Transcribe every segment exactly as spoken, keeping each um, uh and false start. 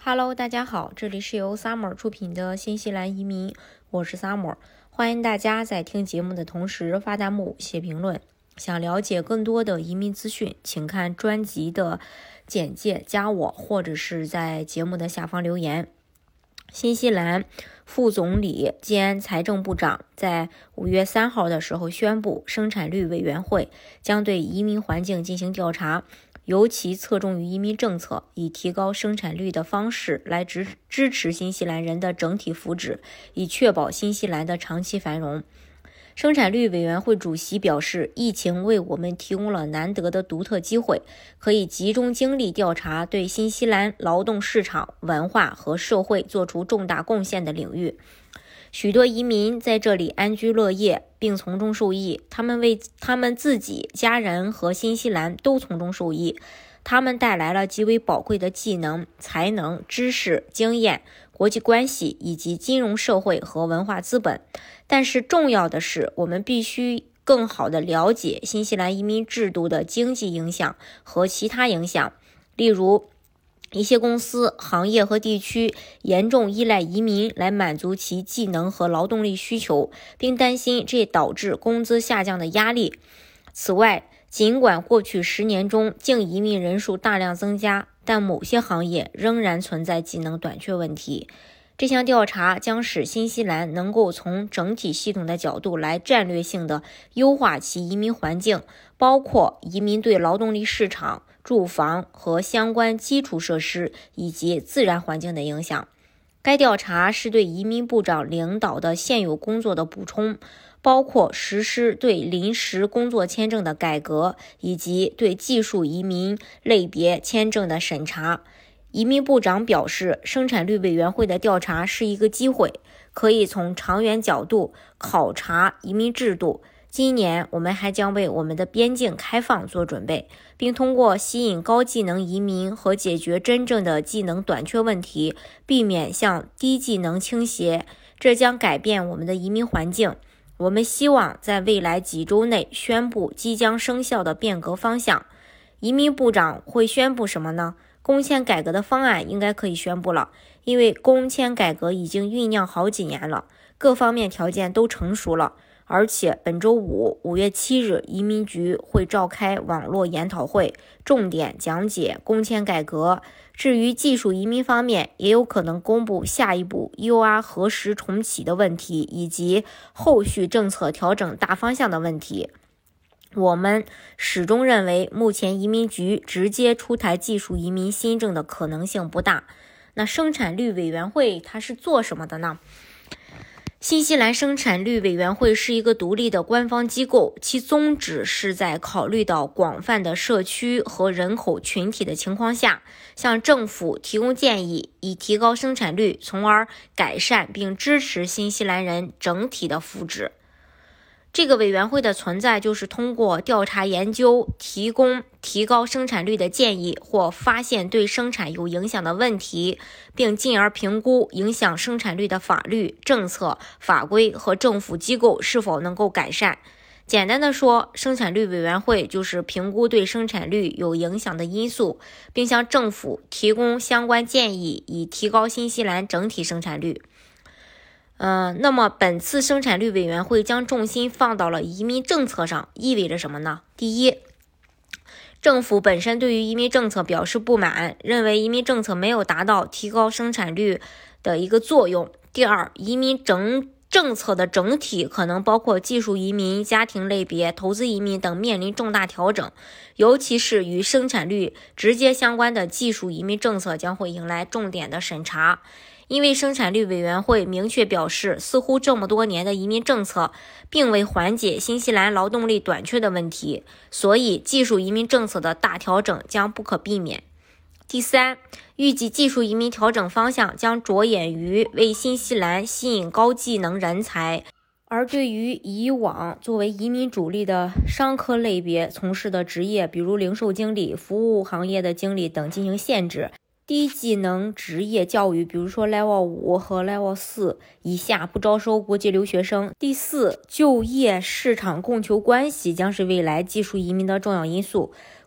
Hello， 大家好，这里是由 Summer 出品的新西兰移民，我是 Summer， 欢迎大家在听节目的同时发弹幕、写评论。想了解更多的移民资讯，请看专辑的简介，加我或者是在节目的下方留言。新西兰副总理兼财政部长在五月三号的时候宣布，生产率委员会将对移民环境进行调查，尤其侧重于移民政策，以提高生产率的方式来支支持新西兰人的整体福祉，以确保新西兰的长期繁荣。生产率委员会主席表示，疫情为我们提供了难得的独特机会，可以集中精力调查对新西兰劳动市场、文化和社会做出重大贡献的领域。许多移民在这里安居乐业，并从中受益，他们为他们自己、家人和新西兰都从中受益。他们带来了极为宝贵的技能、才能、知识、经验、国际关系以及金融社会和文化资本。但是重要的是，我们必须更好地了解新西兰移民制度的经济影响和其他影响，例如一些公司、行业和地区严重依赖移民来满足其技能和劳动力需求，并担心这导致工资下降的压力。此外，尽管过去十年中净移民人数大量增加，但某些行业仍然存在技能短缺问题。这项调查将使新西兰能够从整体系统的角度来战略性的优化其移民环境，包括移民对劳动力市场、住房和相关基础设施以及自然环境的影响。该调查是对移民部长领导的现有工作的补充，包括实施对临时工作签证的改革，以及对技术移民类别签证的审查。移民部长表示，生产率委员会的调查是一个机会，可以从长远角度考察移民制度。今年我们还将为我们的边境开放做准备，并通过吸引高技能移民和解决真正的技能短缺问题，避免向低技能倾斜。这将改变我们的移民环境。我们希望在未来几周内宣布即将生效的变革方向。移民部长会宣布什么呢？工签改革的方案应该可以宣布了，因为工签改革已经酝酿好几年了，各方面条件都成熟了。而且本周五，五月七日，移民局会召开网络研讨会，重点讲解工签改革。至于技术移民方面，也有可能公布下一步 U R 何时重启的问题，以及后续政策调整大方向的问题。我们始终认为，目前移民局直接出台技术移民新政的可能性不大。那生产率委员会它是做什么的呢？新西兰生产率委员会是一个独立的官方机构，其宗旨是在考虑到广泛的社区和人口群体的情况下，向政府提供建议，以提高生产率，从而改善并支持新西兰人整体的福祉。这个委员会的存在就是通过调查研究，提供提高生产率的建议，或发现对生产有影响的问题，并进而评估影响生产率的法律、政策、法规和政府机构是否能够改善。简单的说，生产率委员会就是评估对生产率有影响的因素，并向政府提供相关建议，以提高新西兰整体生产率。呃，那么本次生产率委员会将重心放到了移民政策上，意味着什么呢？第一，政府本身对于移民政策表示不满，认为移民政策没有达到提高生产率的一个作用。第二，移民整政策的整体可能包括技术移民、家庭类别、投资移民等面临重大调整，尤其是与生产率直接相关的技术移民政策将会迎来重点的审查。因为生产率委员会明确表示，似乎这么多年的移民政策并未缓解新西兰劳动力短缺的问题，所以技术移民政策的大调整将不可避免。第三，预计技术移民调整方向将着眼于为新西兰吸引高技能人才，而对于以往作为移民主力的商科类别从事的职业，比如零售经理、服务行业的经理等进行限制。低技能职业教育，比如说 Level 五和 Level 四以下不招收国际留学生。第四，就业市场供求关系将是未来技术移民的重要因素。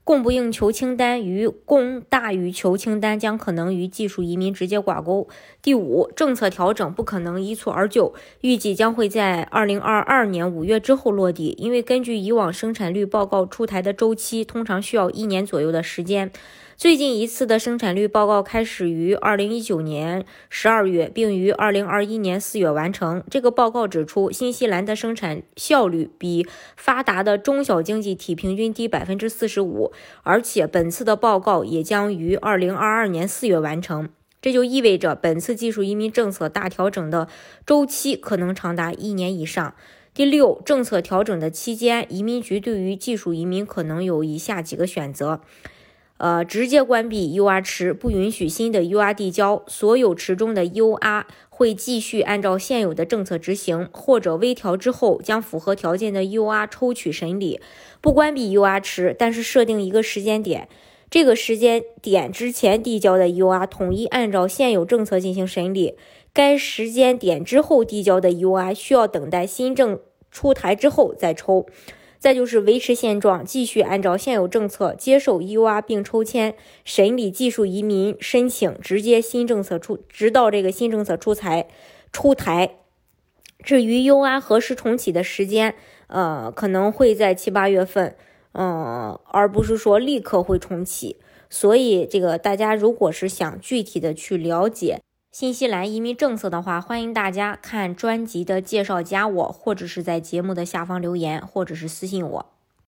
供不应求清单与供大于求清单将可能与技术移民直接挂钩。第五，政策调整不可能一蹴而就，预计将会在二零二二年五月之后落地，因为根据以往生产率报告出台的周期，通常需要一年左右的时间。最近一次的生产率报告开始于二零一九年十二月，并于二零二一年四月完成。这个报告指出，新西兰的生产效率比发达的中小经济体平均低 百分之四十五， 而且本次的报告也将于二零二二年四月完成。这就意味着本次技术移民政策大调整的周期可能长达一年以上。第六，政策调整的期间，移民局对于技术移民可能有以下几个选择。呃，直接关闭 U R 池，不允许新的 U R 递交，所有池中的 U R 会继续按照现有的政策执行，或者微调之后将符合条件的 U R 抽取审理。不关闭 U R 池，但是设定一个时间点，这个时间点之前递交的 U R 统一按照现有政策进行审理，该时间点之后递交的 U R 需要等待新政出台之后再抽。再就是维持现状，继续按照现有政策接受 U R 并抽签审理技术移民申请，直接新政策出，直到这个新政策出台出台。至于 U R 何时重启的时间，呃，可能会在七八月份，呃，而不是说立刻会重启。所以这个大家如果是想具体的去了解新西兰移民政策的话，欢迎大家看专辑的介绍，加我，或者是在节目的下方留言，或者是私信我。